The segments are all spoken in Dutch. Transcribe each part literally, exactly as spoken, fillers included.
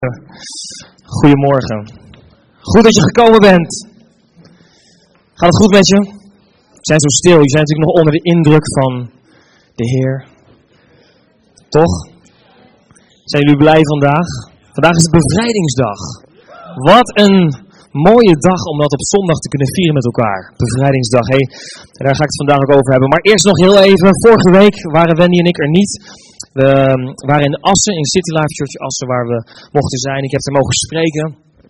Goedemorgen. Goed dat je gekomen bent. Gaat het goed met je? We zijn zo stil. Je bent natuurlijk nog onder de indruk van de Heer. Toch? Zijn jullie blij vandaag? Vandaag is het bevrijdingsdag. Wat een mooie dag om dat op zondag te kunnen vieren met elkaar. Bevrijdingsdag. Hey, daar ga ik het vandaag ook over hebben. Maar eerst nog heel even. Vorige week waren Wendy en ik er niet. We waren in Assen, in City Life Church Assen, waar we mochten zijn. Ik heb er mogen spreken.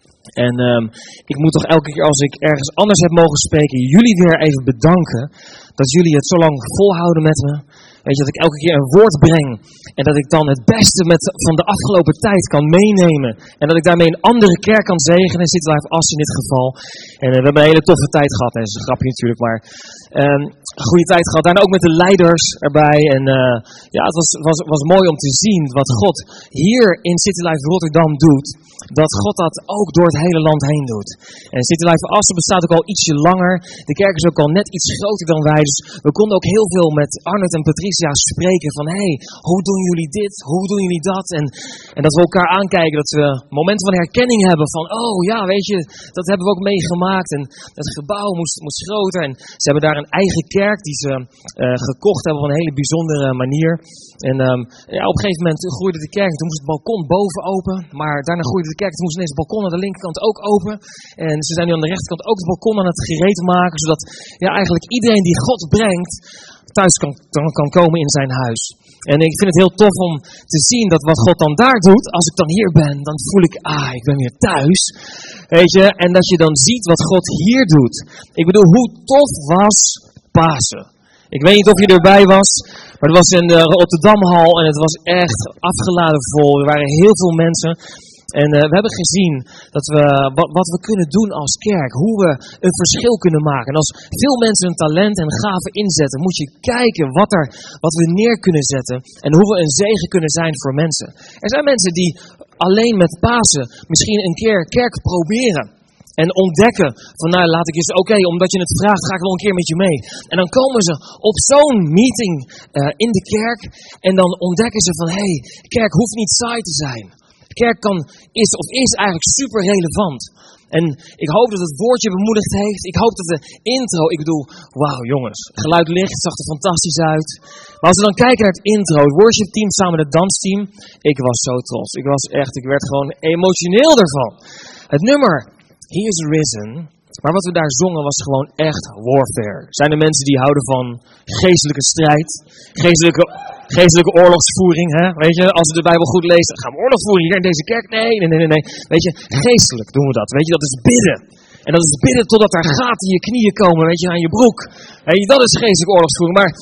En um, ik moet toch elke keer als ik ergens anders heb mogen spreken, jullie weer even bedanken. Dat jullie het zo lang volhouden met me. Weet je, dat ik elke keer een woord breng. En dat ik dan het beste met, van de afgelopen tijd kan meenemen. En dat ik daarmee een andere kerk kan zegenen. City Life Assen in dit geval. En uh, we hebben een hele toffe tijd gehad. En dat is een grapje natuurlijk, maar um, een goede tijd gehad. Daarna ook met de leiders erbij. En uh, ja, het was, was, was mooi om te zien wat God hier in City Life Rotterdam doet. Dat God dat ook door het hele land heen doet. En City Life Assen bestaat ook al ietsje langer. De kerk is ook al net iets groter dan wij. Dus we konden ook heel veel met Arnold en Patricia spreken van, hé, hey, hoe doen jullie dit? Hoe doen jullie dat? En, en dat we elkaar aankijken, dat we momenten van herkenning hebben van, oh ja, weet je, dat hebben we ook meegemaakt. En het gebouw moest, moest groter. En ze hebben daar een eigen kerk die ze uh, gekocht hebben op een hele bijzondere manier. En um, ja, op een gegeven moment groeide de kerk. Toen moest het balkon boven open. Maar daarna groeide de kerk. Toen moest ineens het balkon aan de linkerkant ook open. En ze zijn nu aan de rechterkant ook het balkon aan het gereed maken. Zodat ja, eigenlijk iedereen die God brengt thuis kan, kan, kan komen in zijn huis. En ik vind het heel tof om te zien dat wat God dan daar doet. Als ik dan hier ben, dan voel ik, ah, ik ben weer thuis. Weet je, en dat je dan ziet wat God hier doet. Ik bedoel, hoe tof was Pasen? Ik weet niet of je erbij was, maar het was in de Rotterdamhal en het was echt afgeladen vol. Er waren heel veel mensen. En uh, we hebben gezien dat we, wat, wat we kunnen doen als kerk, hoe we een verschil kunnen maken. En als veel mensen hun talent en gaven inzetten, moet je kijken wat, er, wat we neer kunnen zetten en hoe we een zegen kunnen zijn voor mensen. Er zijn mensen die alleen met Pasen misschien een keer kerk proberen. En ontdekken van nou laat ik eens, oké, okay, omdat je het vraagt ga ik wel een keer met je mee. En dan komen ze op zo'n meeting uh, in de kerk en dan ontdekken ze van hé, hey, kerk hoeft niet saai te zijn. Kerk kan, is of is eigenlijk super relevant. En ik hoop dat het woordje bemoedigd heeft. Ik hoop dat de intro, ik bedoel, wauw jongens, geluid licht, het zag er fantastisch uit. Maar als we dan kijken naar het intro, het worship team samen met het dansteam, ik was zo trots. Ik was echt, ik werd gewoon emotioneel ervan. Het nummer He is risen. Maar wat we daar zongen was gewoon echt warfare. Zijn er mensen die houden van geestelijke strijd? Geestelijke, geestelijke oorlogsvoering, hè? Weet je, als we de Bijbel goed lezen, gaan we oorlog voeren hier in deze kerk? Nee, nee, nee, nee. Weet je, geestelijk doen we dat. Weet je, dat is bidden. En dat is bidden totdat er gaten in je knieën komen, weet je, aan je broek. Weet je, dat is geestelijke oorlogsvoering. Maar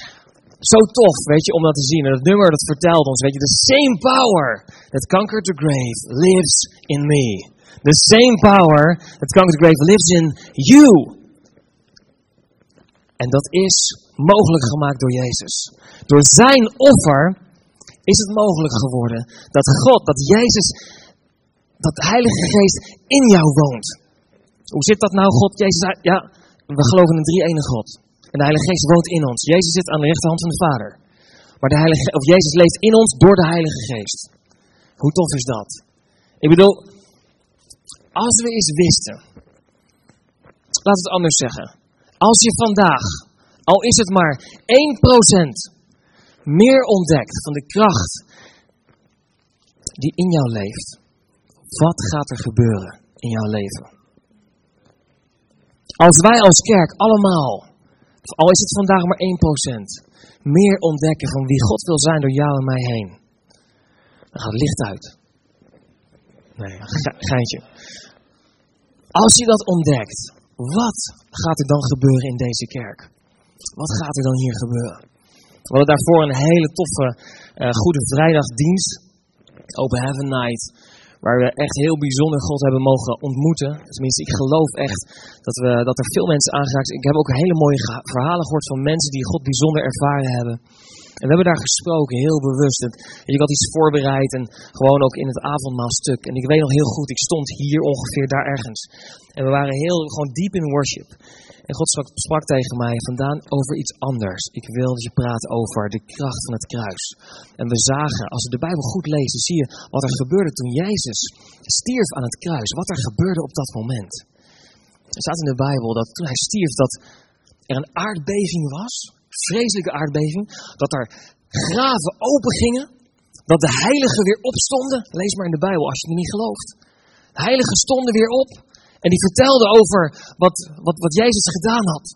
zo tof, weet je, om dat te zien. En het nummer dat vertelt ons, weet je, the same power that conquered the grave lives in me. The same power that conquered the grave lives in you. En dat is mogelijk gemaakt door Jezus. Door zijn offer is het mogelijk geworden dat God, dat Jezus, dat de Heilige Geest in jou woont. Hoe zit dat nou, God? Jezus, ja, we geloven in een drie-enige God. En de Heilige Geest woont in ons. Jezus zit aan de rechterhand van de Vader. Maar de Heilige, of Jezus leeft in ons door de Heilige Geest. Hoe tof is dat? Ik bedoel, als we eens wisten, laat het anders zeggen. Als je vandaag, al is het maar één procent meer ontdekt van de kracht die in jou leeft. Wat gaat er gebeuren in jouw leven? Als wij als kerk allemaal, al is het vandaag maar één procent, meer ontdekken van wie God wil zijn door jou en mij heen. Dan gaat het licht uit. Nee, ge- geintje. Als je dat ontdekt, wat gaat er dan gebeuren in deze kerk? Wat gaat er dan hier gebeuren? We hadden daarvoor een hele toffe uh, Goede Vrijdagdienst, Open Heaven Night, waar we echt heel bijzonder God hebben mogen ontmoeten. Tenminste, ik geloof echt dat, we, dat er veel mensen aangeraakt zijn. Ik heb ook hele mooie ge- verhalen gehoord van mensen die God bijzonder ervaren hebben. En we hebben daar gesproken, heel bewust. En ik had iets voorbereid en gewoon ook in het avondmaalstuk. En ik weet nog heel goed, ik stond hier ongeveer daar ergens. En we waren heel, gewoon diep in worship. En God sprak, sprak tegen mij vandaan over iets anders. Ik wil dat je praat over de kracht van het kruis. En we zagen, als we de Bijbel goed lezen, zie je wat er gebeurde toen Jezus stierf aan het kruis. Wat er gebeurde op dat moment. Er staat in de Bijbel dat toen hij stierf, dat er een aardbeving was. Vreselijke aardbeving. Dat er graven open gingen. Dat de heiligen weer opstonden. Lees maar in de Bijbel als je het niet gelooft. De heiligen stonden weer op. En die vertelden over wat, wat, wat Jezus gedaan had.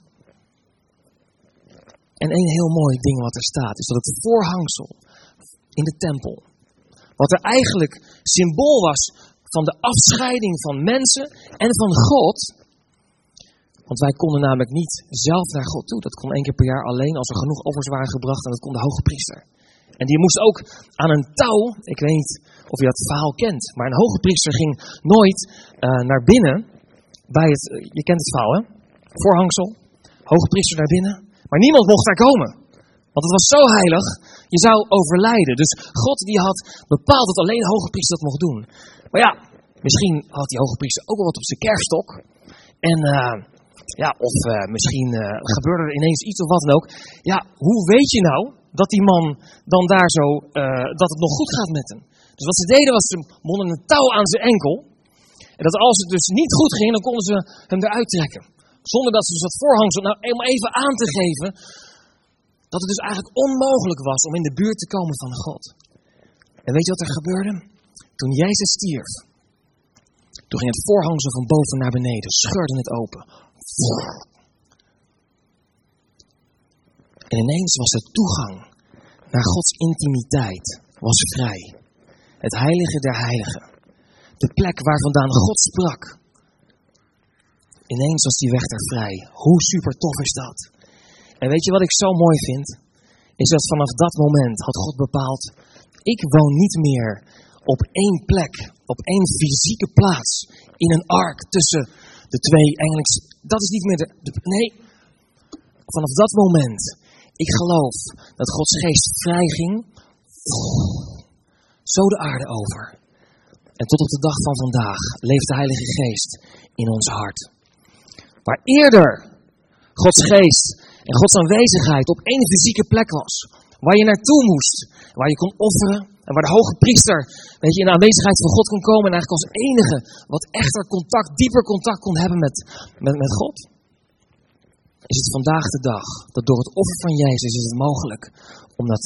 En een heel mooi ding wat er staat, is dat het voorhangsel in de tempel, wat er eigenlijk symbool was van de afscheiding van mensen en van God. Want wij konden namelijk niet zelf naar God toe. Dat kon één keer per jaar alleen als er genoeg offers waren gebracht en dat kon de hoge priester. En die moest ook aan een touw, ik weet niet of je dat verhaal kent, maar een hoge priester ging nooit uh, naar binnen bij het, uh, je kent het verhaal hè, voorhangsel, hoge priester naar binnen, maar niemand mocht daar komen. Want het was zo heilig, je zou overlijden. Dus God die had bepaald dat alleen de hoge priester dat mocht doen. Maar ja, misschien had die hoge priester ook wel wat op zijn kerfstok. En uh, ja, of uh, misschien uh, gebeurde er ineens iets of wat dan ook. Ja, hoe weet je nou dat die man dan daar zo, uh, dat het nog goed gaat met hem? Dus wat ze deden was, ze bonden een touw aan zijn enkel. En dat als het dus niet goed ging, dan konden ze hem eruit trekken. Zonder dat ze dus dat voorhangsel nou eenmaal even aan te geven, dat het dus eigenlijk onmogelijk was om in de buurt te komen van God. En weet je wat er gebeurde? Toen Jezus stierf, toen ging het voorhangsel van boven naar beneden, scheurde het open. En ineens was de toegang naar Gods intimiteit was vrij. Het heilige der heiligen. De plek waar vandaan God sprak. Ineens was die weg daar vrij. Hoe super tof is dat? En weet je wat ik zo mooi vind? Is dat vanaf dat moment had God bepaald, ik woon niet meer op één plek, op één fysieke plaats, in een ark tussen de twee engelen. Dat is niet meer de, de... Nee, vanaf dat moment, ik geloof dat Gods geest vrij ging, zo de aarde over. En tot op de dag van vandaag leeft de Heilige Geest in ons hart. Waar eerder Gods geest en Gods aanwezigheid op één fysieke plek was, waar je naartoe moest, waar je kon offeren en waar de hoge priester, weet je, in de aanwezigheid van God kon komen en eigenlijk als enige wat echter contact, dieper contact kon hebben met, met, met God, is het vandaag de dag dat door het offer van Jezus is het mogelijk om dat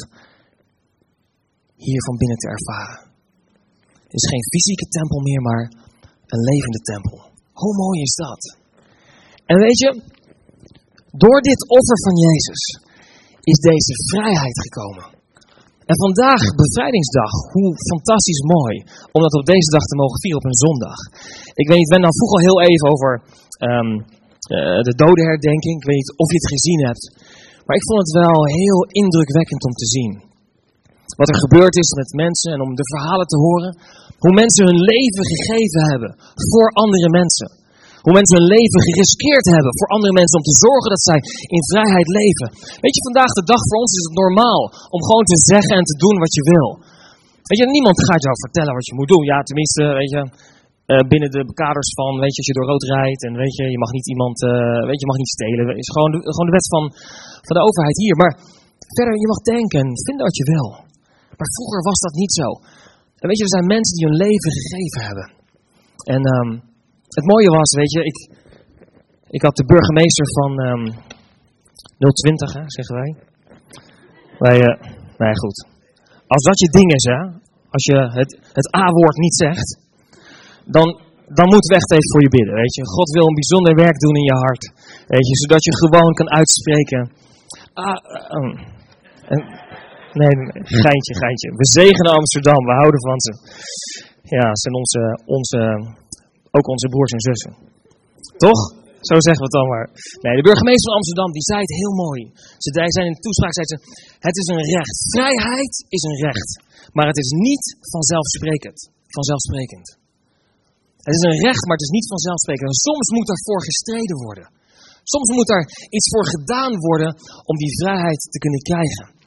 hier van binnen te ervaren. Het is geen fysieke tempel meer, maar een levende tempel. Hoe mooi is dat? En weet je, door dit offer van Jezus is deze vrijheid gekomen. En vandaag, bevrijdingsdag, hoe fantastisch mooi om dat op deze dag te mogen vieren op een zondag. Ik weet niet, Wen dan vroeg al heel even over um, uh, de dodenherdenking. Ik weet niet of je het gezien hebt. Maar ik vond het wel heel indrukwekkend om te zien. Wat er gebeurd is met mensen en om de verhalen te horen. Hoe mensen hun leven gegeven hebben voor andere mensen. Hoe mensen hun leven geriskeerd hebben voor andere mensen om te zorgen dat zij in vrijheid leven. Weet je, vandaag de dag voor ons is het normaal om gewoon te zeggen en te doen wat je wil. Weet je, niemand gaat jou vertellen wat je moet doen. Ja, tenminste, weet je, uh, binnen de kaders van, weet je, als je door rood rijdt en weet je, je mag niet iemand, uh, weet je, je mag niet stelen. Het is gewoon de, gewoon de wet van, van de overheid hier. Maar verder, je mag denken en vinden wat je wil. Maar vroeger was dat niet zo. En weet je, er zijn mensen die hun leven gegeven hebben. En um, het mooie was, weet je, ik, ik had de burgemeester van um, nul twintig, hè, zeggen wij. wij uh, nee, goed. Als dat je ding is, hè, als je het, het A-woord niet zegt, dan, dan moeten we echt even voor je bidden, weet je. God wil een bijzonder werk doen in je hart, weet je, zodat je gewoon kan uitspreken. Ah, um, en, nee, nee, geintje, geintje. We zegenen Amsterdam, we houden van ze. Ja, het zijn onze, onze, ook onze broers en zussen. Toch? Zo zeggen we het dan maar. Nee, de burgemeester van Amsterdam, die zei het heel mooi. Ze zei in de toespraak, zei ze, het is een recht. Vrijheid is een recht. Maar het is niet vanzelfsprekend. Vanzelfsprekend. Het is een recht, maar het is niet vanzelfsprekend. En soms moet daarvoor gestreden worden. Soms moet er iets voor gedaan worden om die vrijheid te kunnen krijgen.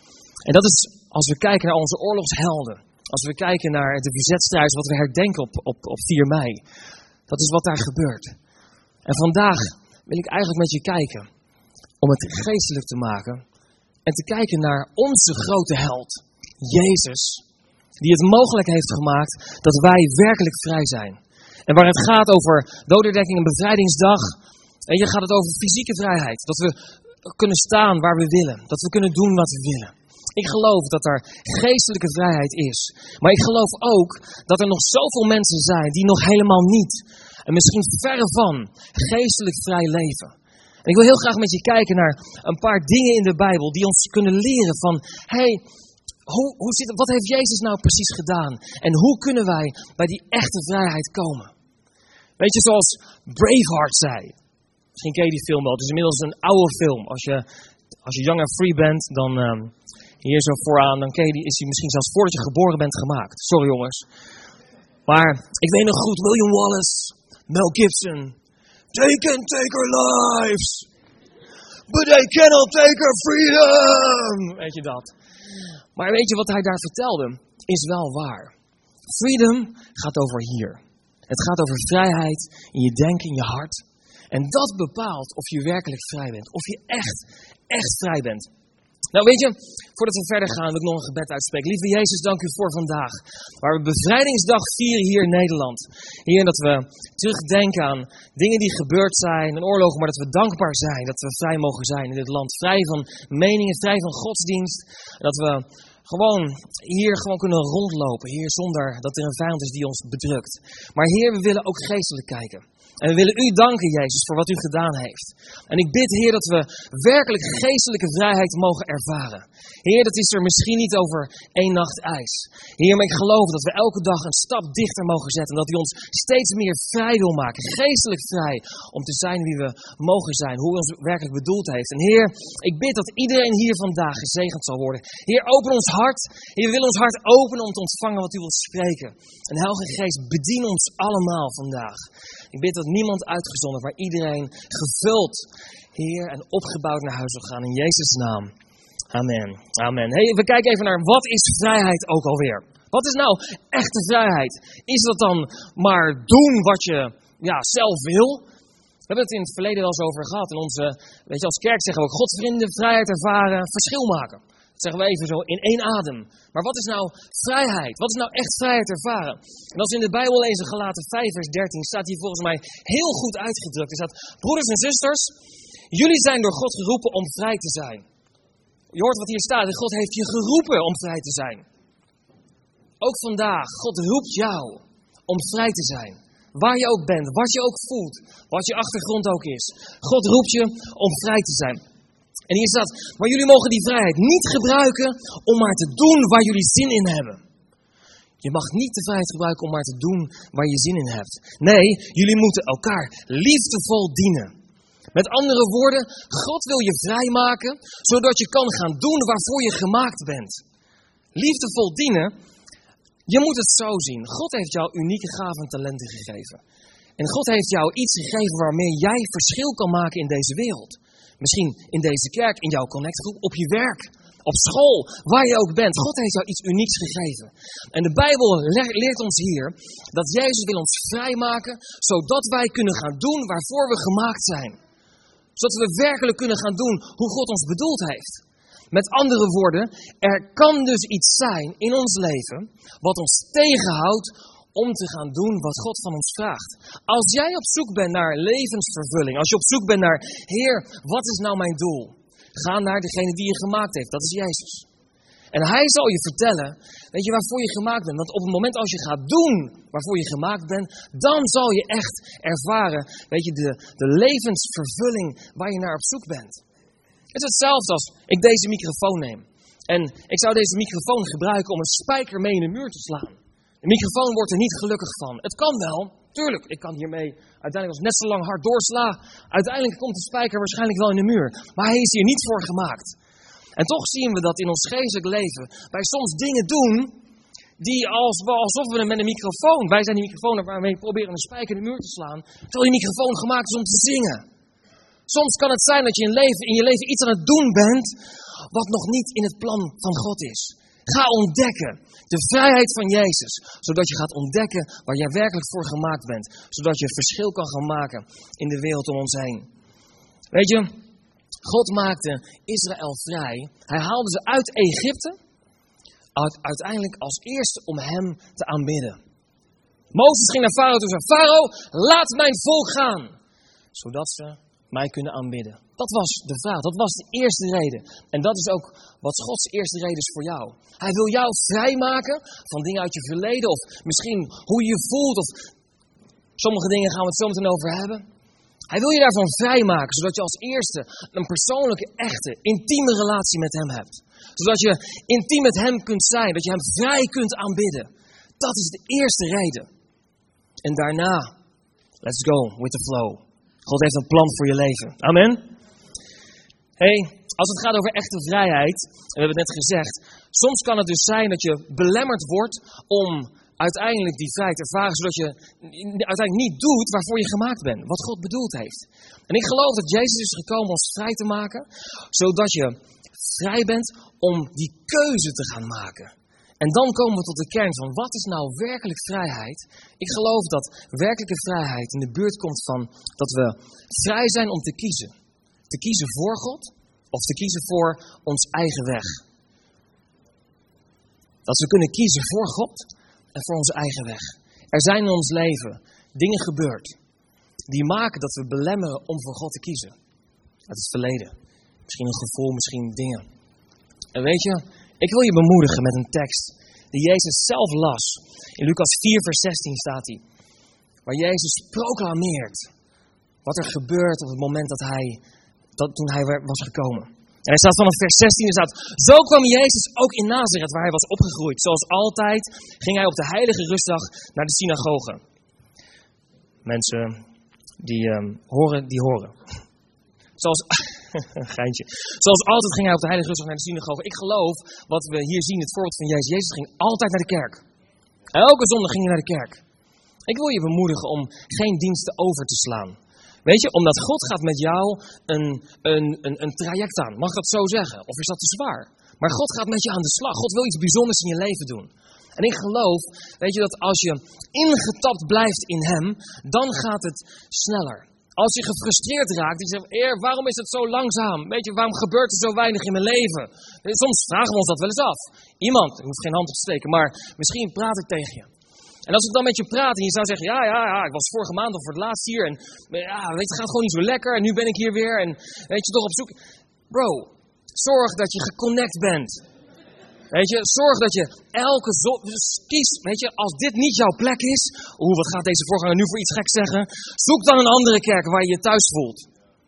En dat is, als we kijken naar onze oorlogshelden, als we kijken naar de verzetstrijders, wat we herdenken op, op, op vier mei. Dat is wat daar gebeurt. En vandaag wil ik eigenlijk met je kijken, om het geestelijk te maken. En te kijken naar onze grote held, Jezus, die het mogelijk heeft gemaakt dat wij werkelijk vrij zijn. En waar het gaat over dodenherdenking en bevrijdingsdag, en je gaat het over fysieke vrijheid. Dat we kunnen staan waar we willen. Dat we kunnen doen wat we willen. Ik geloof dat er geestelijke vrijheid is. Maar ik geloof ook dat er nog zoveel mensen zijn die nog helemaal niet, en misschien verre van, geestelijk vrij leven. En ik wil heel graag met je kijken naar een paar dingen in de Bijbel die ons kunnen leren van, hey, hoe, hoe zit het, wat heeft Jezus nou precies gedaan? En hoe kunnen wij bij die echte vrijheid komen? Weet je, zoals Braveheart zei. Misschien ken je die film wel. Het is inmiddels een oude film. Als je, als je young and free bent, dan um, hier zo vooraan, dan ken je die, is die misschien zelfs voordat je geboren bent gemaakt. Sorry jongens. Maar ik weet nog goed, William Wallace, Mel Gibson. They can take our lives, but they cannot take our freedom. Weet je dat? Maar weet je wat hij daar vertelde? Is wel waar. Freedom gaat over hier. Het gaat over vrijheid in je denken, in je hart. En dat bepaalt of je werkelijk vrij bent. Of je echt, echt vrij bent. Nou weet je, voordat we verder gaan wil ik nog een gebed uitspreken. Lieve Jezus, dank u voor vandaag. Waar we bevrijdingsdag vieren hier in Nederland. Hier dat we terugdenken aan dingen die gebeurd zijn en oorlogen. Maar dat we dankbaar zijn dat we vrij mogen zijn in dit land. Vrij van meningen, vrij van godsdienst. Dat we gewoon hier gewoon kunnen rondlopen. Hier zonder dat er een vijand is die ons bedrukt. Maar Heer, we willen ook geestelijk kijken. En we willen u danken, Jezus, voor wat u gedaan heeft. En ik bid, Heer, dat we werkelijk geestelijke vrijheid mogen ervaren. Heer, dat is er misschien niet over één nacht ijs. Heer, maar ik geloof dat we elke dag een stap dichter mogen zetten. En dat u ons steeds meer vrij wil maken. Geestelijk vrij om te zijn wie we mogen zijn. Hoe u ons werkelijk bedoeld heeft. En Heer, ik bid dat iedereen hier vandaag gezegend zal worden. Heer, open ons hart. Heer, we willen ons hart openen om te ontvangen wat u wilt spreken. En Heilige Geest, bedien ons allemaal vandaag. Ik bid dat niemand uitgezonderd, maar iedereen gevuld, Heer, en opgebouwd naar huis zal gaan. In Jezus' naam. Amen. Amen. Hey, we kijken even naar, wat is vrijheid ook alweer? Wat is nou echte vrijheid? Is dat dan maar doen wat je ja, zelf wil? We hebben het in het verleden al eens over gehad. In onze, weet je, als kerk zeggen we ook, Gods vrienden, vrijheid ervaren, verschil maken. Dat zeggen we even zo in één adem. Maar wat is nou vrijheid? Wat is nou echt vrijheid ervaren? En als we in de Bijbel lezen, Galaten vijf vers dertien, staat hier volgens mij heel goed uitgedrukt. Er staat, broeders en zusters, jullie zijn door God geroepen om vrij te zijn. Je hoort wat hier staat. God heeft je geroepen om vrij te zijn. Ook vandaag, God roept jou om vrij te zijn. Waar je ook bent, wat je ook voelt, wat je achtergrond ook is. God roept je om vrij te zijn. En hier staat, maar jullie mogen die vrijheid niet gebruiken om maar te doen waar jullie zin in hebben. Je mag niet de vrijheid gebruiken om maar te doen waar je zin in hebt. Nee, jullie moeten elkaar liefdevol dienen. Met andere woorden, God wil je vrijmaken, zodat je kan gaan doen waarvoor je gemaakt bent. Liefdevol dienen, je moet het zo zien. God heeft jou unieke gaven en talenten gegeven. En God heeft jou iets gegeven waarmee jij verschil kan maken in deze wereld. Misschien in deze kerk, in jouw connectgroep, op je werk, op school, waar je ook bent. God heeft jou iets unieks gegeven. En de Bijbel leert ons hier dat Jezus wil ons vrijmaken, zodat wij kunnen gaan doen waarvoor we gemaakt zijn. Zodat we werkelijk kunnen gaan doen hoe God ons bedoeld heeft. Met andere woorden, er kan dus iets zijn in ons leven wat ons tegenhoudt om te gaan doen wat God van ons vraagt. Als jij op zoek bent naar levensvervulling, als je op zoek bent naar, Heer, wat is nou mijn doel? Ga naar degene die je gemaakt heeft, dat is Jezus. En hij zal je vertellen, weet je, waarvoor je gemaakt bent. Want op het moment als je gaat doen waarvoor je gemaakt bent, dan zal je echt ervaren, weet je, de, de levensvervulling waar je naar op zoek bent. Het is hetzelfde als ik deze microfoon neem. En ik zou deze microfoon gebruiken om een spijker mee in de muur te slaan. De microfoon wordt er niet gelukkig van. Het kan wel, tuurlijk, ik kan hiermee uiteindelijk als ik net zo lang hard doorsla. Uiteindelijk komt de spijker waarschijnlijk wel in de muur. Maar hij is hier niet voor gemaakt. En toch zien we dat in ons geestelijk leven wij soms dingen doen die als, alsof we met een microfoon, wij zijn die microfoon waarmee we proberen een spijker in de muur te slaan, terwijl die microfoon gemaakt is om te zingen. Soms kan het zijn dat je in, leven, in je leven iets aan het doen bent wat nog niet in het plan van God is. Ga ontdekken de vrijheid van Jezus, zodat je gaat ontdekken waar jij werkelijk voor gemaakt bent. Zodat je verschil kan gaan maken in de wereld om ons heen. Weet je, God maakte Israël vrij. Hij haalde ze uit Egypte, uiteindelijk als eerste om hem te aanbidden. Mozes ging naar Farao toe en zei, Farao, laat mijn volk gaan, zodat ze mij kunnen aanbidden. Dat was de vraag, dat was de eerste reden. En dat is ook wat Gods eerste reden is voor jou. Hij wil jou vrijmaken van dingen uit je verleden, of misschien hoe je je voelt, of sommige dingen gaan we het zo meteen over hebben. Hij wil je daarvan vrijmaken, zodat je als eerste een persoonlijke, echte, intieme relatie met hem hebt. Zodat je intiem met hem kunt zijn, dat je hem vrij kunt aanbidden. Dat is de eerste reden. En daarna, let's go with the flow. God heeft een plan voor je leven. Amen. Hey, als het gaat over echte vrijheid, en we hebben het net gezegd, soms kan het dus zijn dat je belemmerd wordt om uiteindelijk die vrijheid te ervaren, zodat je uiteindelijk niet doet waarvoor je gemaakt bent, wat God bedoeld heeft. En ik geloof dat Jezus is gekomen ons vrij te maken, zodat je vrij bent om die keuze te gaan maken. En dan komen we tot de kern van, wat is nou werkelijk vrijheid? Ik geloof dat werkelijke vrijheid in de buurt komt van dat we vrij zijn om te kiezen. Te kiezen voor God of te kiezen voor ons eigen weg. Dat we kunnen kiezen voor God en voor onze eigen weg. Er zijn in ons leven dingen gebeurd die maken dat we belemmeren om voor God te kiezen. Uit het verleden. Misschien een gevoel, misschien dingen. En weet je, ik wil je bemoedigen met een tekst die Jezus zelf las. In Lucas vier vers zestien staat hij. Waar Jezus proclameert wat er gebeurt op het moment dat hij, dat, toen hij was gekomen. En hij staat vanaf vers zestien, er staat, zo kwam Jezus ook in Nazareth waar hij was opgegroeid. Zoals altijd ging hij op de heilige rustdag naar de synagoge. Mensen die um, horen, die horen. Zoals, geintje. Zoals altijd ging hij op de heilige rustdag naar de synagoge. Ik geloof, wat we hier zien, het voorbeeld van Jezus. Jezus ging altijd naar de kerk. Elke zondag ging hij naar de kerk. Ik wil je bemoedigen om geen diensten over te slaan. Weet je, omdat God gaat met jou een, een, een, een traject aan. Mag ik dat zo zeggen? Of is dat te zwaar? Maar God gaat met je aan de slag. God wil iets bijzonders in je leven doen. En ik geloof, weet je, dat als je ingetapt blijft in hem, dan gaat het sneller. Als je gefrustreerd raakt, en je zegt, Heer, waarom is het zo langzaam? Weet je, waarom gebeurt er zo weinig in mijn leven? Soms vragen we ons dat wel eens af. Iemand, ik hoef geen hand op te steken, maar misschien praat ik tegen je. En als ik dan met je praat en je zou zeggen, ja, ja, ja, ik was vorige maand of voor het laatst hier. En ja, weet je, het gaat gewoon niet zo lekker en nu ben ik hier weer. En weet je, toch op zoek. Bro, zorg dat je geconnect bent. Weet je, zorg dat je elke zon, kies, weet je, als dit niet jouw plek is. Oeh, wat gaat deze voorganger nu voor iets gek zeggen? Zoek dan een andere kerk waar je je thuis voelt.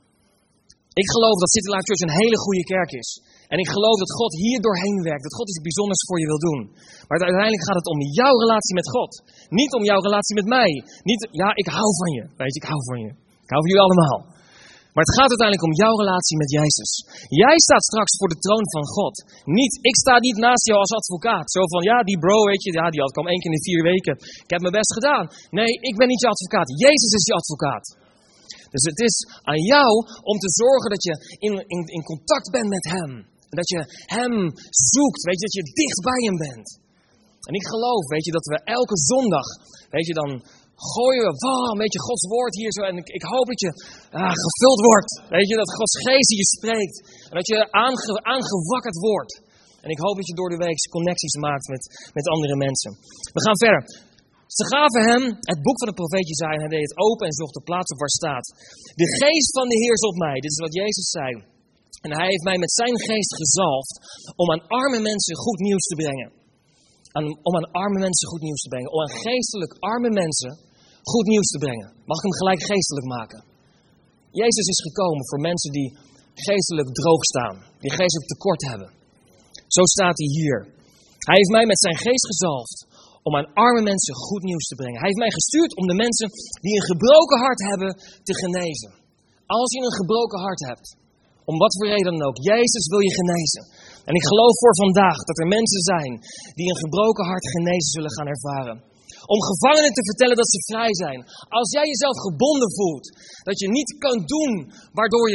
Ik geloof dat City Life Church een hele goede kerk is. En ik geloof dat God hier doorheen werkt. Dat God iets bijzonders voor je wil doen. Maar uiteindelijk gaat het om jouw relatie met God. Niet om jouw relatie met mij. Niet, ja, ik hou van je. Weet je, ik hou van je. Ik hou van jullie allemaal. Maar het gaat uiteindelijk om jouw relatie met Jezus. Jij staat straks voor de troon van God. Niet, ik sta niet naast jou als advocaat. Zo van, ja, die bro, weet je, ja, die had kwam één keer in de vier weken. Ik heb mijn best gedaan. Nee, ik ben niet je advocaat. Jezus is je advocaat. Dus het is aan jou om te zorgen dat je in, in, in contact bent met hem. Dat je hem zoekt, weet je, dat je dicht bij hem bent. En ik geloof, weet je, dat we elke zondag, weet je, dan gooien we, wow, een beetje Gods woord hier zo. En ik, ik hoop dat je ah, gevuld wordt, weet je, dat Gods geest je spreekt. En dat je aange, aangewakkerd wordt. En ik hoop dat je door de week connecties maakt met, met andere mensen. We gaan verder. Ze gaven hem het boek van de profeet Jesaja en hij deed het open en zocht de plaats op waar staat. De geest van de Heer is op mij. Dit is wat Jezus zei. En hij heeft mij met zijn geest gezalfd om aan arme mensen goed nieuws te brengen. Aan, om aan arme mensen goed nieuws te brengen. Om aan geestelijk arme mensen goed nieuws te brengen. Mag ik hem gelijk geestelijk maken? Jezus is gekomen voor mensen die geestelijk droog staan. Die geestelijk tekort hebben. Zo staat hij hier. Hij heeft mij met zijn geest gezalfd om aan arme mensen goed nieuws te brengen. Hij heeft mij gestuurd om de mensen die een gebroken hart hebben te genezen. Als je een gebroken hart hebt, om wat voor reden dan ook, Jezus wil je genezen. En ik geloof voor vandaag dat er mensen zijn die een gebroken hart genezen zullen gaan ervaren. Om gevangenen te vertellen dat ze vrij zijn. Als jij jezelf gebonden voelt, dat je niet kan doen waardoor je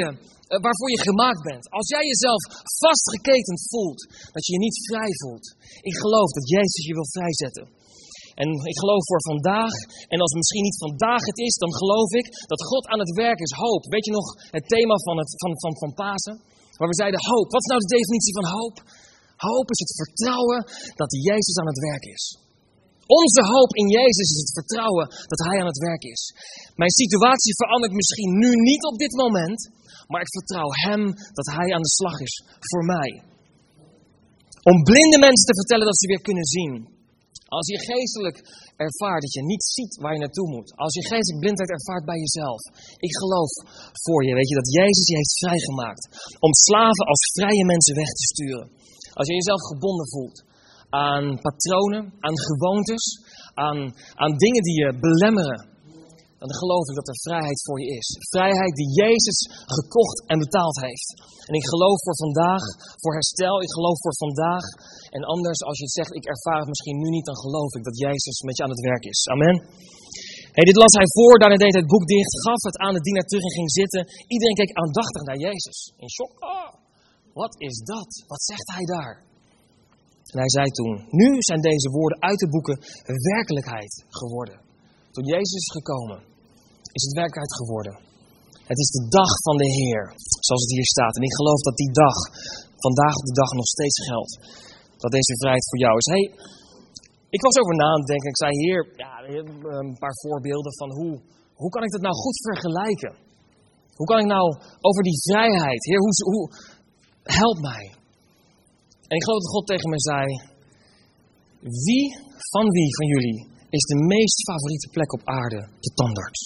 waarvoor je gemaakt bent. Als jij jezelf vastgeketend voelt, dat je je niet vrij voelt. Ik geloof dat Jezus je wil vrijzetten. En ik geloof voor vandaag, en als het misschien niet vandaag het is, dan geloof ik dat God aan het werk is. Hoop. Weet je nog het thema van, het, van, van, van Pasen? Waar we zeiden hoop. Wat is nou de definitie van hoop? Hoop is het vertrouwen dat Jezus aan het werk is. Onze hoop in Jezus is het vertrouwen dat Hij aan het werk is. Mijn situatie verandert misschien nu niet op dit moment, maar ik vertrouw Hem dat Hij aan de slag is voor mij. Om blinde mensen te vertellen dat ze weer kunnen zien. Als je geestelijk ervaart dat je niet ziet waar je naartoe moet. Als je geestelijk blindheid ervaart bij jezelf. Ik geloof voor je, weet je, dat Jezus je heeft vrijgemaakt. Om slaven als vrije mensen weg te sturen. Als je jezelf gebonden voelt aan patronen, aan gewoontes, aan, aan dingen die je belemmeren. Dan geloof ik dat er vrijheid voor je is. Vrijheid die Jezus gekocht en betaald heeft. En ik geloof voor vandaag, voor herstel, ik geloof voor vandaag. En anders, als je zegt, ik ervaar het misschien nu niet, dan geloof ik dat Jezus met je aan het werk is. Amen. Hey, dit las hij voor, daarna deed hij het boek dicht, gaf het aan de dienaar terug en ging zitten. Iedereen keek aandachtig naar Jezus. In shock. Oh, wat is dat? Wat zegt hij daar? En hij zei toen, nu zijn deze woorden uit de boeken werkelijkheid geworden. Toen Jezus is gekomen, is het werkelijkheid geworden. Het is de dag van de Heer, zoals het hier staat. En ik geloof dat die dag, vandaag de dag nog steeds geldt. Dat deze vrijheid voor jou is. Hey, ik was over na aan het denken. Ik zei, Heer, ja, een paar voorbeelden van hoe, hoe kan ik dat nou goed vergelijken? Hoe kan ik nou over die vrijheid, Heer, hoe, hoe help mij. En ik geloof dat God tegen me zei, wie van wie van jullie is de meest favoriete plek op aarde? De tandarts.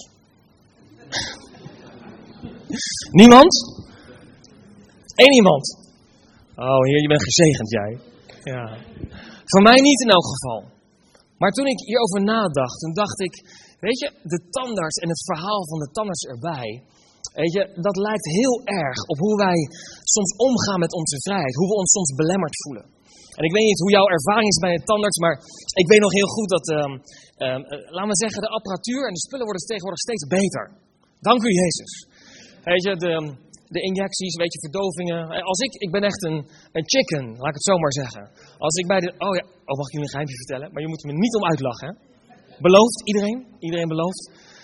Niemand? Eén iemand? Oh Heer, je bent gezegend jij. Ja. Voor mij niet in elk geval. Maar toen ik hierover nadacht, toen dacht ik, weet je, de tandarts en het verhaal van de tandarts erbij, weet je, dat lijkt heel erg op hoe wij soms omgaan met onze vrijheid, hoe we ons soms belemmerd voelen. En ik weet niet hoe jouw ervaring is bij een tandarts, maar ik weet nog heel goed dat, um, um, laten we zeggen, de apparatuur en de spullen worden tegenwoordig steeds beter. Dank u Jezus. Weet je, de, de injecties, weet je, verdovingen. Als ik, ik ben echt een, een chicken, laat ik het zo maar zeggen. Als ik bij de, oh ja, oh mag ik jullie een geheimje vertellen? Maar je moet me niet om uitlachen, hè? Beloofd, iedereen? Iedereen belooft?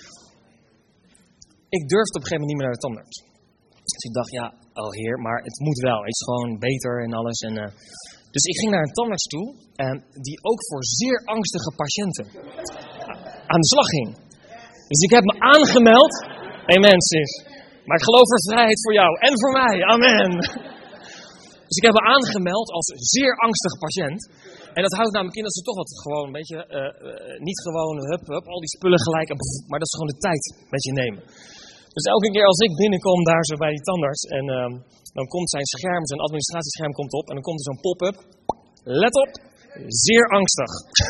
Ik durfde op een gegeven moment niet meer naar de tandarts. Dus ik dacht, ja, oh Heer, maar het moet wel. Het is gewoon beter en alles. En, uh, dus ik ging naar een tandarts toe, uh, die ook voor zeer angstige patiënten aan de slag ging. Dus ik heb me aangemeld. Amen, sis. Maar ik geloof er vrijheid voor jou en voor mij. Amen. Dus ik heb me aangemeld als zeer angstige patiënt. En dat houdt namelijk in dat ze toch wat gewoon, weet je, uh, uh, niet gewoon, hup, hup, al die spullen gelijk, uh, maar dat ze gewoon de tijd met je nemen. Dus elke keer als ik binnenkom daar zo bij die tandarts en uh, dan komt zijn scherm, zijn administratiescherm komt op en dan komt er zo'n pop-up. Let op, zeer angstig.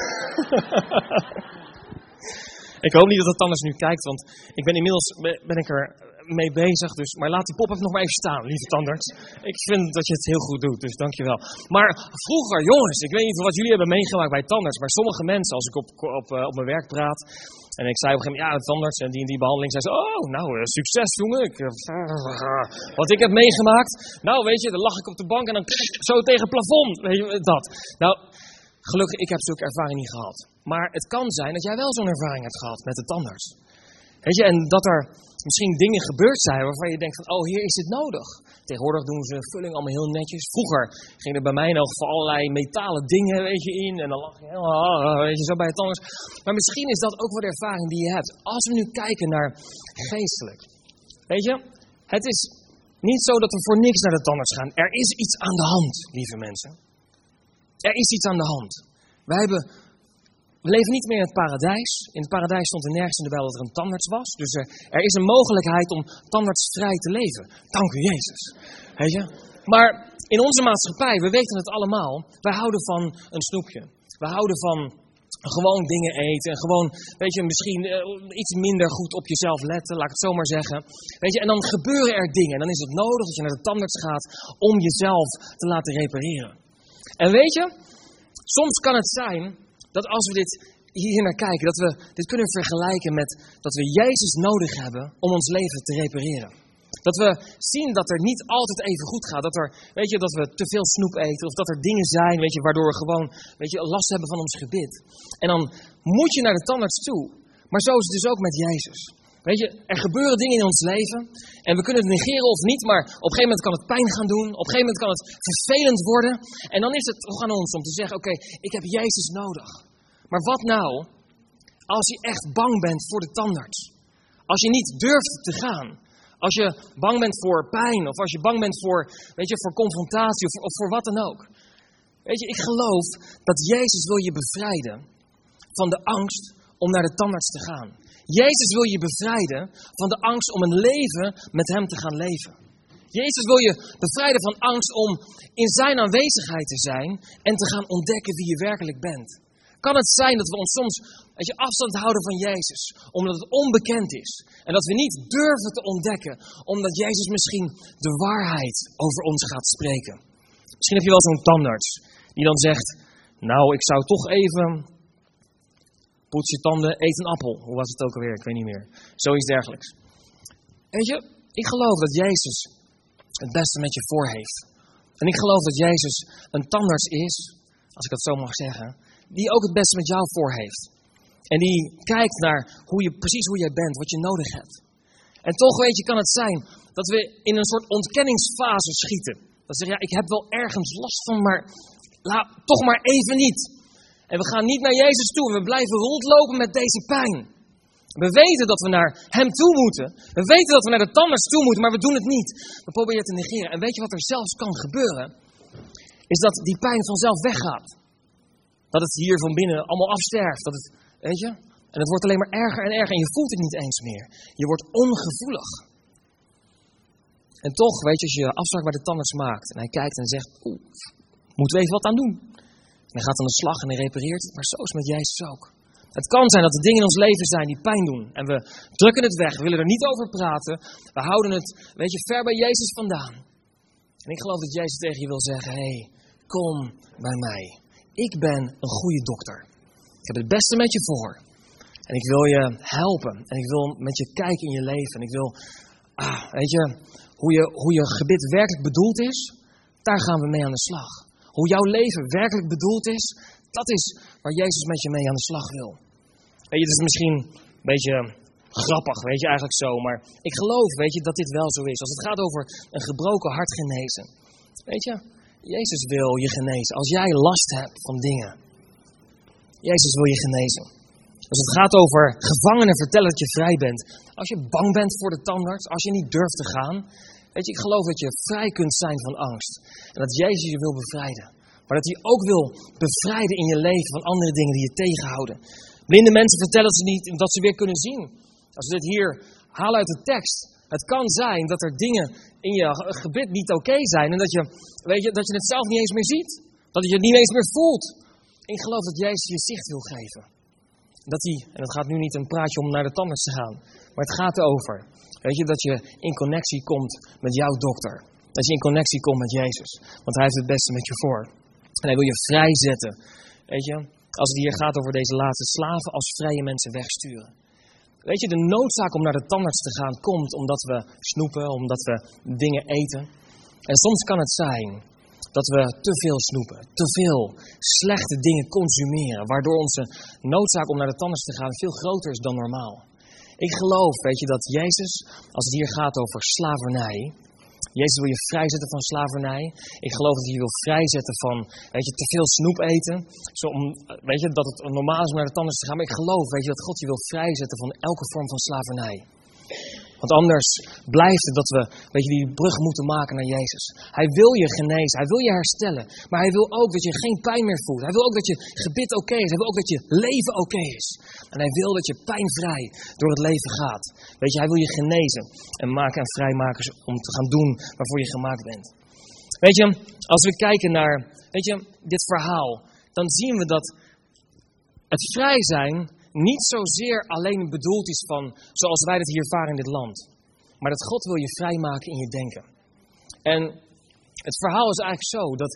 Ik hoop niet dat de tandarts nu kijkt, want ik ben inmiddels ben ik er mee bezig. Dus, maar laat die pop-up nog maar even staan, lieve tandarts. Ik vind dat je het heel goed doet, dus dankjewel. Maar vroeger, jongens, ik weet niet wat jullie hebben meegemaakt bij tandarts, maar sommige mensen, als ik op, op, uh, op mijn werk praat, en ik zei op een gegeven moment, ja, de tandarts en die en die behandeling, zei ze, oh, nou, uh, succes jongen. Ik, uh, wat ik heb meegemaakt, nou weet je, dan lag ik op de bank en dan zo tegen het plafond, weet je, dat. Nou, gelukkig, ik heb zulke ervaring niet gehad. Maar het kan zijn dat jij wel zo'n ervaring hebt gehad met de tandarts. Weet je, en dat er misschien dingen gebeurd zijn waarvan je denkt van, oh Heer, is dit nodig? Tegenwoordig doen ze vulling allemaal heel netjes. Vroeger gingen er bij mij in elk geval allerlei metalen dingen, weet je, in. En dan lag je helemaal, weet je, zo bij het tandarts. Maar misschien is dat ook wel de ervaring die je hebt. Als we nu kijken naar geestelijk. Weet je, het is niet zo dat we voor niks naar de tandarts gaan. Er is iets aan de hand, lieve mensen. Er is iets aan de hand. Wij hebben... We leven niet meer in het paradijs. In het paradijs stond er nergens in de Bijbel dat er een tandarts was. Dus er, er is een mogelijkheid om tandartsvrij te leven. Dank u Jezus. Weet je? Maar in onze maatschappij, we weten het allemaal. Wij houden van een snoepje. We houden van gewoon dingen eten. En gewoon, weet je, misschien uh, iets minder goed op jezelf letten. Laat ik het zo maar zeggen. Weet je, en dan gebeuren er dingen. En dan is het nodig dat je naar de tandarts gaat om jezelf te laten repareren. En weet je, soms kan het zijn dat als we dit hier naar kijken, dat we dit kunnen vergelijken met dat we Jezus nodig hebben om ons leven te repareren. Dat we zien dat er niet altijd even goed gaat. Dat, er, weet je, dat we te veel snoep eten. Of dat er dingen zijn weet je, waardoor we gewoon weet je, last hebben van ons gebit. En dan moet je naar de tandarts toe. Maar zo is het dus ook met Jezus. Weet je, er gebeuren dingen in ons leven. En we kunnen het negeren of niet. Maar op een gegeven moment kan het pijn gaan doen. Op een gegeven moment kan het vervelend worden. En dan is het toch aan ons om te zeggen, oké, okay, ik heb Jezus nodig. Maar wat nou als je echt bang bent voor de tandarts? Als je niet durft te gaan. Als je bang bent voor pijn. Of als je bang bent voor, weet je, voor confrontatie. Of, of voor wat dan ook. Weet je, ik geloof dat Jezus wil je bevrijden van de angst om naar de tandarts te gaan. Jezus wil je bevrijden van de angst om een leven met hem te gaan leven. Jezus wil je bevrijden van angst om in zijn aanwezigheid te zijn en te gaan ontdekken wie je werkelijk bent. Kan het zijn dat we ons soms weet je, afstand houden van Jezus, omdat het onbekend is. En dat we niet durven te ontdekken, omdat Jezus misschien de waarheid over ons gaat spreken. Misschien heb je wel zo'n tandarts die dan zegt, nou ik zou toch even, poets je tanden, eet een appel. Hoe was het ook alweer, ik weet niet meer. Zoiets dergelijks. Weet je, ik geloof dat Jezus het beste met je voor heeft. En ik geloof dat Jezus een tandarts is, als ik dat zo mag zeggen, die ook het beste met jou voor heeft. En die kijkt naar hoe je, precies hoe jij bent, wat je nodig hebt. En toch weet je, kan het zijn dat we in een soort ontkenningsfase schieten. Dat zeggen, ja, ik heb wel ergens last van, maar laat, toch maar even niet. En we gaan niet naar Jezus toe en we blijven rondlopen met deze pijn. We weten dat we naar hem toe moeten. We weten dat we naar de tandarts toe moeten, maar we doen het niet. We proberen het te negeren. En weet je wat er zelfs kan gebeuren? Is dat die pijn vanzelf weggaat. Dat het hier van binnen allemaal afsterft. Dat het, weet je? En het wordt alleen maar erger en erger en je voelt het niet eens meer. Je wordt ongevoelig. En toch, weet je, als je afspraak bij de tandarts maakt en hij kijkt en zegt, oeh, moeten we even wat aan doen. En hij gaat aan de slag en hij repareert het, maar zo is het met Jezus ook. Het kan zijn dat er dingen in ons leven zijn die pijn doen. En we drukken het weg, we willen er niet over praten. We houden het, weet je, ver bij Jezus vandaan. En ik geloof dat Jezus tegen je wil zeggen, hé, hey, kom bij mij. Ik ben een goede dokter. Ik heb het beste met je voor. En ik wil je helpen. En ik wil met je kijken in je leven. En ik wil, ah, weet je, hoe je, hoe je gebit werkelijk bedoeld is, daar gaan we mee aan de slag. Hoe jouw leven werkelijk bedoeld is, dat is waar Jezus met je mee aan de slag wil. Weet je, het is misschien een beetje grappig, weet je, eigenlijk zo. Maar ik geloof, weet je, dat dit wel zo is. Als het gaat over een gebroken hart genezen. Weet je, Jezus wil je genezen. Als jij last hebt van dingen. Jezus wil je genezen. Als het gaat over gevangenen vertellen dat je vrij bent. Als je bang bent voor de tandarts. Als je niet durft te gaan. Weet je, ik geloof dat je vrij kunt zijn van angst. En dat Jezus je wil bevrijden. Maar dat hij ook wil bevrijden in je leven van andere dingen die je tegenhouden. Blinde mensen vertellen ze niet dat ze weer kunnen zien. Als we dit hier halen uit de tekst. Het kan zijn dat er dingen in je gebit niet oké okay zijn. En dat je, weet je, dat je het zelf niet eens meer ziet. Dat je het niet eens meer voelt. Ik geloof dat Jezus je zicht wil geven. Dat hij, en het gaat nu niet een praatje om naar de tandarts te gaan. Maar het gaat erover. Weet je, dat je in connectie komt met jouw dokter. Dat je in connectie komt met Jezus. Want hij heeft het beste met je voor. En hij wil je vrijzetten. Weet je, als het hier gaat over deze laatste slaven als vrije mensen wegsturen. Weet je, de noodzaak om naar de tandarts te gaan komt omdat we snoepen, omdat we dingen eten. En soms kan het zijn dat we te veel snoepen, te veel slechte dingen consumeren. Waardoor onze noodzaak om naar de tandarts te gaan veel groter is dan normaal. Ik geloof, weet je, dat Jezus, als het hier gaat over slavernij. Jezus wil je vrijzetten van slavernij. Ik geloof dat hij je wil vrijzetten van, weet je, te veel snoep eten. Zo om, weet je, dat het normaal is om naar de tandarts te gaan. Maar ik geloof, weet je, dat God je wil vrijzetten van elke vorm van slavernij. Want anders blijft het dat we, weet je, die brug moeten maken naar Jezus. Hij wil je genezen, hij wil je herstellen. Maar hij wil ook dat je geen pijn meer voelt. Hij wil ook dat je gebit oké okay is. Hij wil ook dat je leven oké okay is. En hij wil dat je pijnvrij door het leven gaat. Weet je, hij wil je genezen en maken en vrijmaken om te gaan doen waarvoor je gemaakt bent. Weet je, als we kijken naar, weet je, dit verhaal, dan zien we dat het vrij zijn niet zozeer alleen bedoeld is van zoals wij het hier ervaren in dit land. Maar dat God wil je vrijmaken in je denken. En het verhaal is eigenlijk zo dat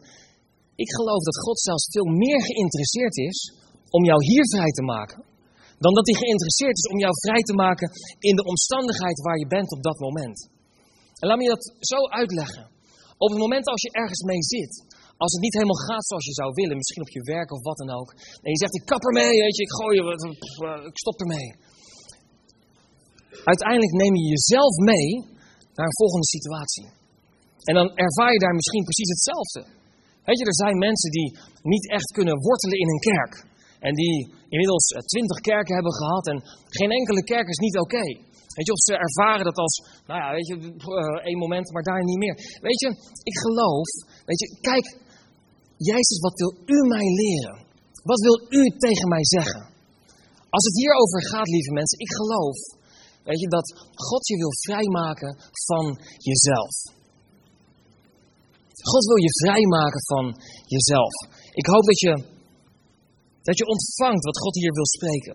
ik geloof dat God zelfs veel meer geïnteresseerd is om jou hier vrij te maken. Dan dat hij geïnteresseerd is om jou vrij te maken in de omstandigheid waar je bent op dat moment. En laat me je dat zo uitleggen. Op het moment als je ergens mee zit, als het niet helemaal gaat zoals je zou willen, misschien op je werk of wat dan ook, en je zegt, ik kap ermee, weet je, ik gooi je, ik stop ermee. Uiteindelijk neem je jezelf mee naar een volgende situatie. En dan ervaar je daar misschien precies hetzelfde. Weet je, er zijn mensen die niet echt kunnen wortelen in een kerk. En die inmiddels twintig kerken hebben gehad en geen enkele kerk is niet oké. Okay. Weet je, of ze ervaren dat als, nou ja, weet je, uh, één moment, maar daar niet meer. Weet je, ik geloof, weet je, kijk, Jezus, wat wil u mij leren? Wat wil u tegen mij zeggen? Als het hierover gaat, lieve mensen, ik geloof, weet je, dat God je wil vrijmaken van jezelf. God wil je vrijmaken van jezelf. Ik hoop dat je, dat je ontvangt wat God hier wil spreken.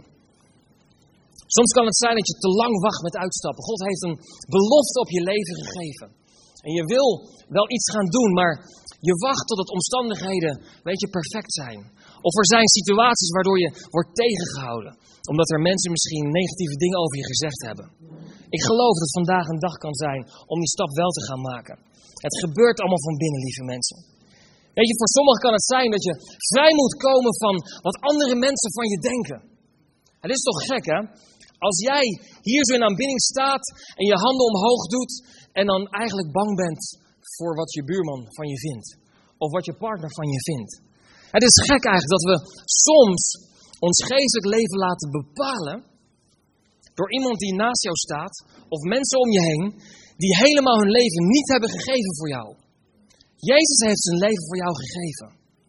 Soms kan het zijn dat je te lang wacht met uitstappen. God heeft een belofte op je leven gegeven. En je wil wel iets gaan doen, maar je wacht tot het omstandigheden, weet je, perfect zijn. Of er zijn situaties waardoor je wordt tegengehouden. Omdat er mensen misschien negatieve dingen over je gezegd hebben. Ik geloof dat vandaag een dag kan zijn om die stap wel te gaan maken. Het gebeurt allemaal van binnen, lieve mensen. Weet je, voor sommigen kan het zijn dat je vrij moet komen van wat andere mensen van je denken. Het is toch gek, hè? Als jij hier zo in aanbidding staat en je handen omhoog doet en dan eigenlijk bang bent voor wat je buurman van je vindt. Of wat je partner van je vindt. Het is gek eigenlijk dat we soms ons geestelijk leven laten bepalen door iemand die naast jou staat of mensen om je heen die helemaal hun leven niet hebben gegeven voor jou. Jezus heeft zijn leven voor jou gegeven.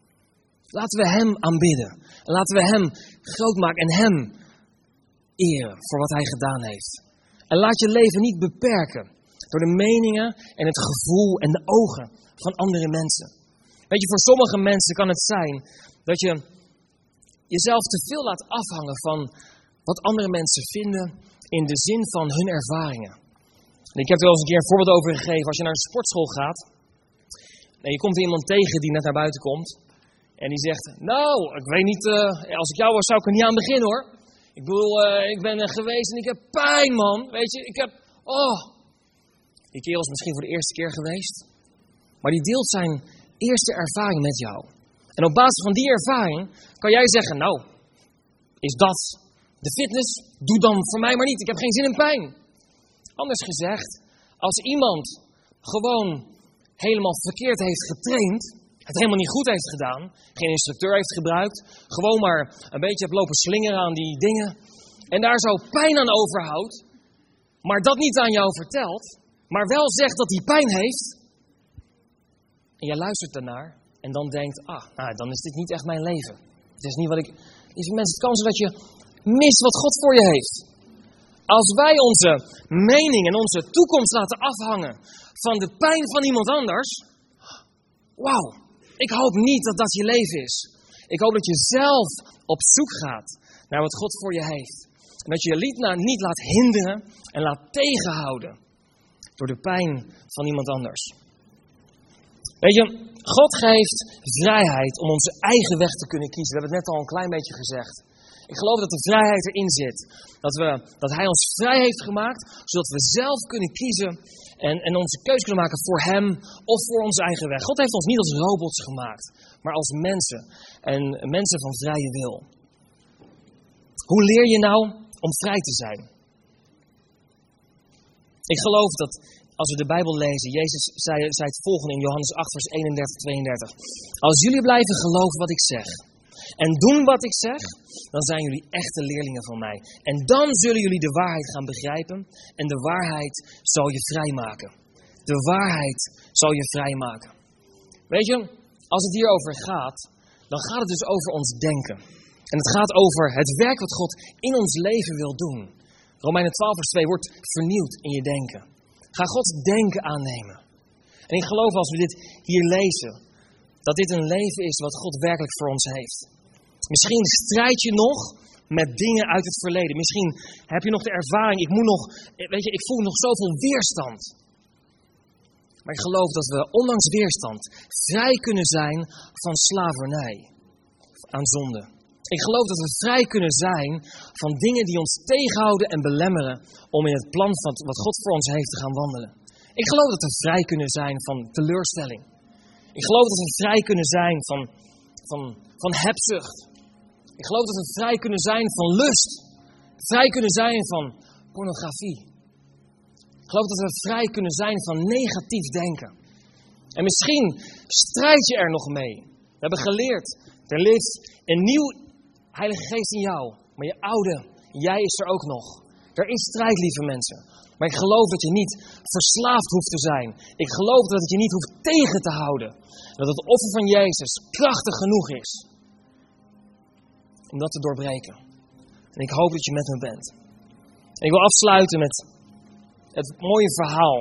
Laten we hem aanbidden. Laten we hem groot maken en hem eren voor wat hij gedaan heeft. En laat je leven niet beperken door de meningen en het gevoel en de ogen van andere mensen. Weet je, voor sommige mensen kan het zijn dat je jezelf te veel laat afhangen van wat andere mensen vinden in de zin van hun ervaringen. En ik heb er wel eens een keer een voorbeeld over gegeven. Als je naar een sportschool gaat en je komt iemand tegen die net naar buiten komt en die zegt, nou, ik weet niet, uh, als ik jou was zou ik er niet aan beginnen hoor. Ik bedoel, uh, ik ben er geweest en ik heb pijn, man. Weet je, ik heb, oh. Die kerel is misschien voor de eerste keer geweest. Maar die deelt zijn eerste ervaring met jou. En op basis van die ervaring kan jij zeggen, nou, is dat de fitness? Doe dan voor mij maar niet. Ik heb geen zin in pijn. Anders gezegd, als iemand gewoon helemaal verkeerd heeft getraind, het helemaal niet goed heeft gedaan, geen instructeur heeft gebruikt, gewoon maar een beetje heeft lopen slingeren aan die dingen en daar zo pijn aan overhoudt, maar dat niet aan jou vertelt, maar wel zegt dat hij pijn heeft en jij luistert daarnaar en dan denkt, ah, nou, dan is dit niet echt mijn leven. Het is niet wat ik... Lieve mensen, het kan zijn dat je mist wat God voor je heeft. Als wij onze mening en onze toekomst laten afhangen van de pijn van iemand anders, wauw, ik hoop niet dat dat je leven is. Ik hoop dat je zelf op zoek gaat naar wat God voor je heeft. En dat je je niet laat hinderen en laat tegenhouden door de pijn van iemand anders. Weet je, God geeft vrijheid om onze eigen weg te kunnen kiezen. We hebben het net al een klein beetje gezegd. Ik geloof dat de vrijheid erin zit. Dat, we, dat Hij ons vrij heeft gemaakt, zodat we zelf kunnen kiezen en, en onze keuze kunnen maken voor Hem of voor onze eigen weg. God heeft ons niet als robots gemaakt, maar als mensen. En mensen van vrije wil. Hoe leer je nou om vrij te zijn? Ik geloof dat als we de Bijbel lezen, Jezus zei, zei het volgende in Johannes acht, vers eenendertig, tweeëndertig. Als jullie blijven geloven wat ik zeg en doen wat ik zeg, dan zijn jullie echte leerlingen van mij. En dan zullen jullie de waarheid gaan begrijpen en de waarheid zal je vrijmaken. De waarheid zal je vrijmaken. Weet je, als het hierover gaat, dan gaat het dus over ons denken. En het gaat over het werk wat God in ons leven wil doen. Romeinen twaalf, vers twee, wordt vernieuwd in je denken. Ga Gods denken aannemen. En ik geloof als we dit hier lezen, dat dit een leven is wat God werkelijk voor ons heeft. Misschien strijd je nog met dingen uit het verleden. Misschien heb je nog de ervaring, ik moet nog, weet je, ik voel nog zoveel weerstand. Maar ik geloof dat we ondanks weerstand vrij kunnen zijn van slavernij aan zonde. Ik geloof dat we vrij kunnen zijn van dingen die ons tegenhouden en belemmeren om in het plan van wat God voor ons heeft te gaan wandelen. Ik geloof dat we vrij kunnen zijn van teleurstelling. Ik geloof dat we vrij kunnen zijn van, van, van hebzucht. Ik geloof dat we vrij kunnen zijn van lust. Vrij kunnen zijn van pornografie. Ik geloof dat we vrij kunnen zijn van negatief denken. En misschien strijd je er nog mee. We hebben geleerd, er leeft een nieuw Heilige Geest in jou. Maar je oude, jij is er ook nog. Er is strijd, lieve mensen. Maar ik geloof dat je niet verslaafd hoeft te zijn. Ik geloof dat het je niet hoeft tegen te houden. Dat het offer van Jezus krachtig genoeg is om dat te doorbreken. En ik hoop dat je met me bent. En ik wil afsluiten met het mooie verhaal.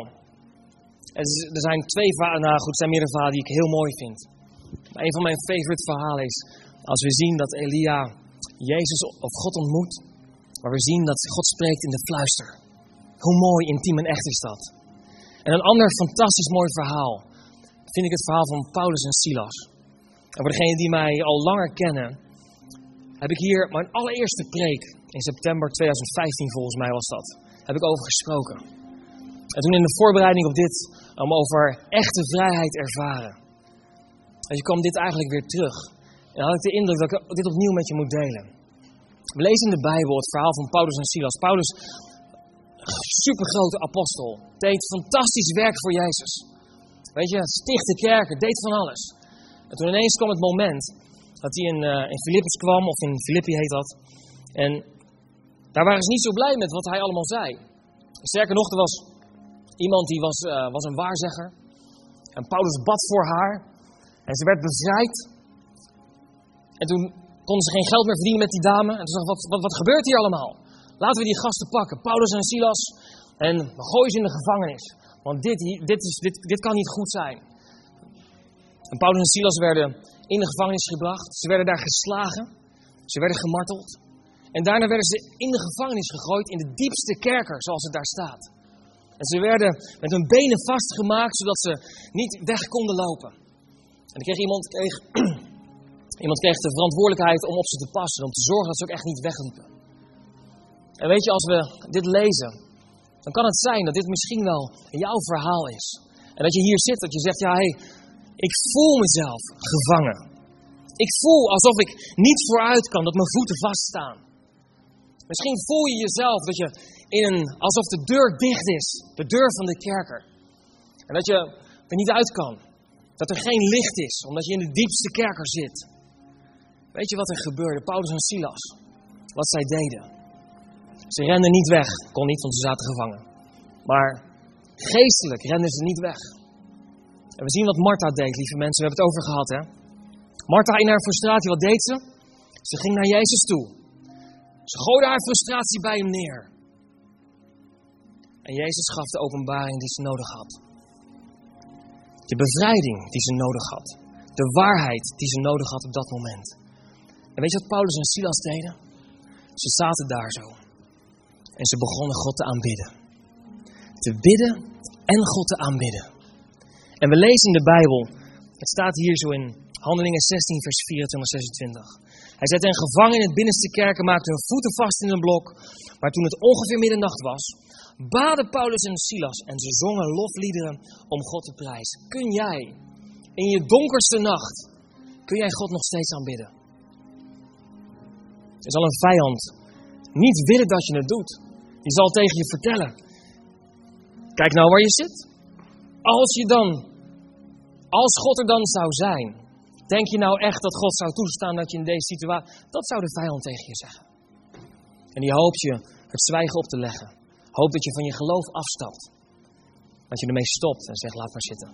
Er zijn twee verhalen, nou goed, er zijn meerdere verhalen die ik heel mooi vind. Maar een van mijn favorite verhalen is als we zien dat Elia Jezus of God ontmoet. Maar we zien dat God spreekt in de fluister. Hoe mooi, intiem en echt is dat. En een ander fantastisch mooi verhaal vind ik het verhaal van Paulus en Silas. En voor degenen die mij al langer kennen, heb ik hier mijn allereerste preek in september tweeduizend vijftien volgens mij was dat. Heb ik over gesproken. En toen in de voorbereiding op dit, om over echte vrijheid ervaren. En je kwam dit eigenlijk weer terug. En dan had ik de indruk dat ik dit opnieuw met je moet delen. We lezen in de Bijbel het verhaal van Paulus en Silas. Paulus, supergrote apostel, deed fantastisch werk voor Jezus. Weet je, stichtte kerken, deed van alles. En toen ineens kwam het moment dat hij in, uh, in Filippus kwam, of in Filippi heet dat. En daar waren ze niet zo blij met wat hij allemaal zei. Sterker nog, er was iemand die was, uh, was een waarzegger. En Paulus bad voor haar. En ze werd bevrijd. En toen konden ze geen geld meer verdienen met die dame. En toen dacht wat, wat, wat gebeurt hier allemaal? Laten we die gasten pakken, Paulus en Silas. En we gooien ze in de gevangenis. Want dit, dit, is, dit, dit kan niet goed zijn. En Paulus en Silas werden in de gevangenis gebracht. Ze werden daar geslagen. Ze werden gemarteld. En daarna werden ze in de gevangenis gegooid in de diepste kerker, zoals het daar staat. En ze werden met hun benen vastgemaakt, zodat ze niet weg konden lopen. En dan kreeg iemand, kreeg, iemand kreeg de verantwoordelijkheid om op ze te passen. Om te zorgen dat ze ook echt niet wegliepen. En weet je, als we dit lezen, dan kan het zijn dat dit misschien wel jouw verhaal is. En dat je hier zit, dat je zegt, ja hé, hey, ik voel mezelf gevangen. Ik voel alsof ik niet vooruit kan, dat mijn voeten vaststaan. Misschien voel je jezelf dat je in een, alsof de deur dicht is. De deur van de kerker. En dat je er niet uit kan. Dat er geen licht is, omdat je in de diepste kerker zit. Weet je wat er gebeurde? Paulus en Silas. Wat zij deden. Ze renden niet weg. Kon niet, want ze zaten gevangen. Maar geestelijk renden ze niet weg. En we zien wat Martha deed, lieve mensen. We hebben het over gehad, hè. Martha in haar frustratie, wat deed ze? Ze ging naar Jezus toe. Ze gooide haar frustratie bij hem neer. En Jezus gaf de openbaring die ze nodig had. De bevrijding die ze nodig had. De waarheid die ze nodig had op dat moment. En weet je wat Paulus en Silas deden? Ze zaten daar zo. En ze begonnen God te aanbidden. Te bidden en God te aanbidden. En we lezen in de Bijbel, het staat hier zo in Handelingen zestien vers vierentwintig zesentwintig. Hij zette hen gevangen in het binnenste kerk en maakte hun voeten vast in een blok. Maar toen het ongeveer middernacht was, baden Paulus en Silas en ze zongen lofliederen om God te prijzen. Kun jij in je donkerste nacht, kun jij God nog steeds aanbidden? Er zal een vijand niet willen dat je het doet. Die zal tegen je vertellen. Kijk nou waar je zit. Als je dan, als God er dan zou zijn, denk je nou echt dat God zou toestaan dat je in deze situatie... Dat zou de vijand tegen je zeggen. En die hoopt je het zwijgen op te leggen. Hoopt dat je van je geloof afstapt. Dat je ermee stopt en zegt, laat maar zitten.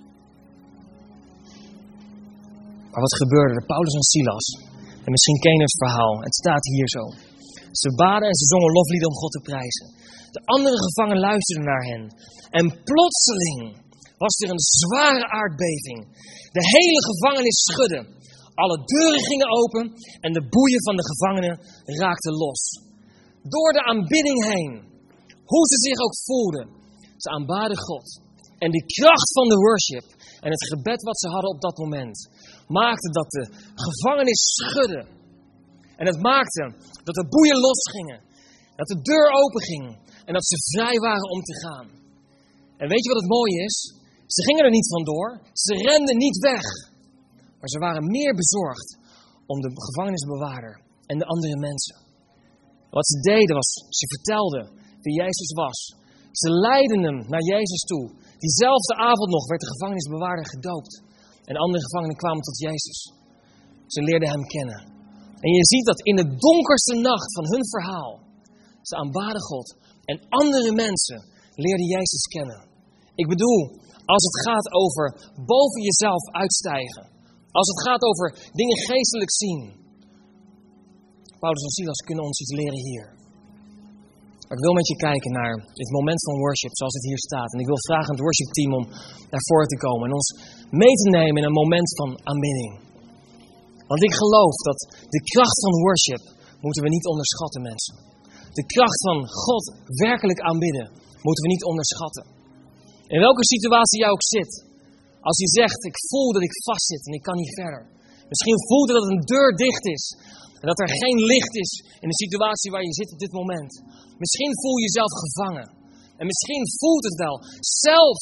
Maar wat gebeurde er? Paulus en Silas. En misschien ken je het verhaal. Het staat hier zo. Ze baden en ze zongen loflieden om God te prijzen. De andere gevangenen luisterden naar hen. En plotseling was er een zware aardbeving. De hele gevangenis schudde. Alle deuren gingen open en de boeien van de gevangenen raakten los. Door de aanbidding heen. Hoe ze zich ook voelden. Ze aanbaden God. En die kracht van de worship en het gebed wat ze hadden op dat moment maakte dat de gevangenis schudde. En het maakte dat de boeien losgingen. Dat de deur openging. En dat ze vrij waren om te gaan. En weet je wat het mooie is? Ze gingen er niet vandoor. Ze renden niet weg. Maar ze waren meer bezorgd om de gevangenisbewaarder en de andere mensen. Wat ze deden was, ze vertelden wie Jezus was. Ze leidden hem naar Jezus toe. Diezelfde avond nog werd de gevangenisbewaarder gedoopt. En andere gevangenen kwamen tot Jezus. Ze leerden hem kennen. En je ziet dat in de donkerste nacht van hun verhaal, ze aanbaden God. En andere mensen leerden Jezus kennen. Ik bedoel, als het gaat over boven jezelf uitstijgen. Als het gaat over dingen geestelijk zien. Paulus en Silas kunnen ons iets leren hier. Maar ik wil met je kijken naar dit moment van worship zoals het hier staat. En ik wil vragen aan het worshipteam om naar voren te komen. En ons mee te nemen in een moment van aanbidding. Want ik geloof dat de kracht van worship moeten we niet onderschatten, mensen. De kracht van God werkelijk aanbidden moeten we niet onderschatten. In welke situatie jij ook zit. Als je zegt, ik voel dat ik vastzit en ik kan niet verder. Misschien voelt je dat een deur dicht is. En dat er geen licht is in de situatie waar je zit op dit moment. Misschien voel je jezelf gevangen. En misschien voelt het wel, zelfs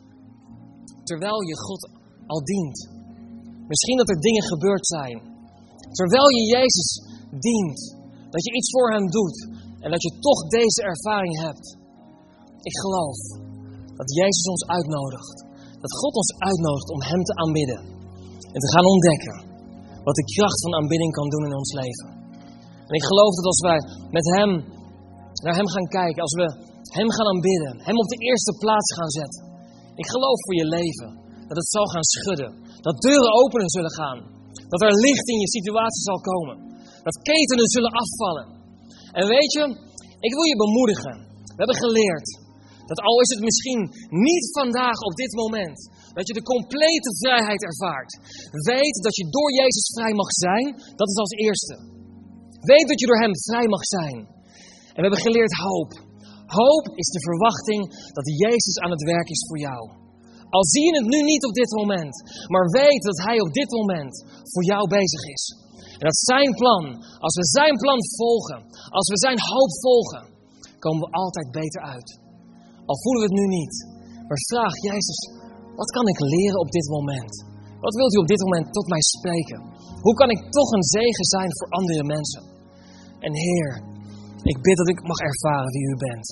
terwijl je God al dient. Misschien dat er dingen gebeurd zijn. Terwijl je Jezus dient. Dat je iets voor hem doet. En dat je toch deze ervaring hebt. Ik geloof dat Jezus ons uitnodigt. Dat God ons uitnodigt om hem te aanbidden. En te gaan ontdekken wat de kracht van aanbidding kan doen in ons leven. En ik geloof dat als wij met hem naar hem gaan kijken. Als we hem gaan aanbidden. Hem op de eerste plaats gaan zetten. Ik geloof voor je leven dat het zal gaan schudden. Dat deuren openen zullen gaan. Dat er licht in je situatie zal komen. Dat ketenen zullen afvallen. En weet je, ik wil je bemoedigen. We hebben geleerd dat al is het misschien niet vandaag op dit moment, dat je de complete vrijheid ervaart. Weet dat je door Jezus vrij mag zijn. Dat is als eerste. Weet dat je door hem vrij mag zijn. En we hebben geleerd hoop. Hoop is de verwachting dat Jezus aan het werk is voor jou. Al zie je het nu niet op dit moment, maar weet dat hij op dit moment voor jou bezig is. En dat zijn plan, als we zijn plan volgen, als we zijn hoop volgen, komen we altijd beter uit. Al voelen we het nu niet, maar vraag Jezus, wat kan ik leren op dit moment? Wat wilt u op dit moment tot mij spreken? Hoe kan ik toch een zegen zijn voor andere mensen? En Heer, ik bid dat ik mag ervaren wie u bent.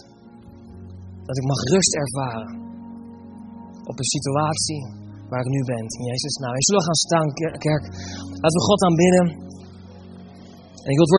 Dat ik mag rust ervaren op een situatie waar ik nu ben. In Jezus' naam. We zullen gaan staan, kerk. Laten we God aanbidden. En ik wil het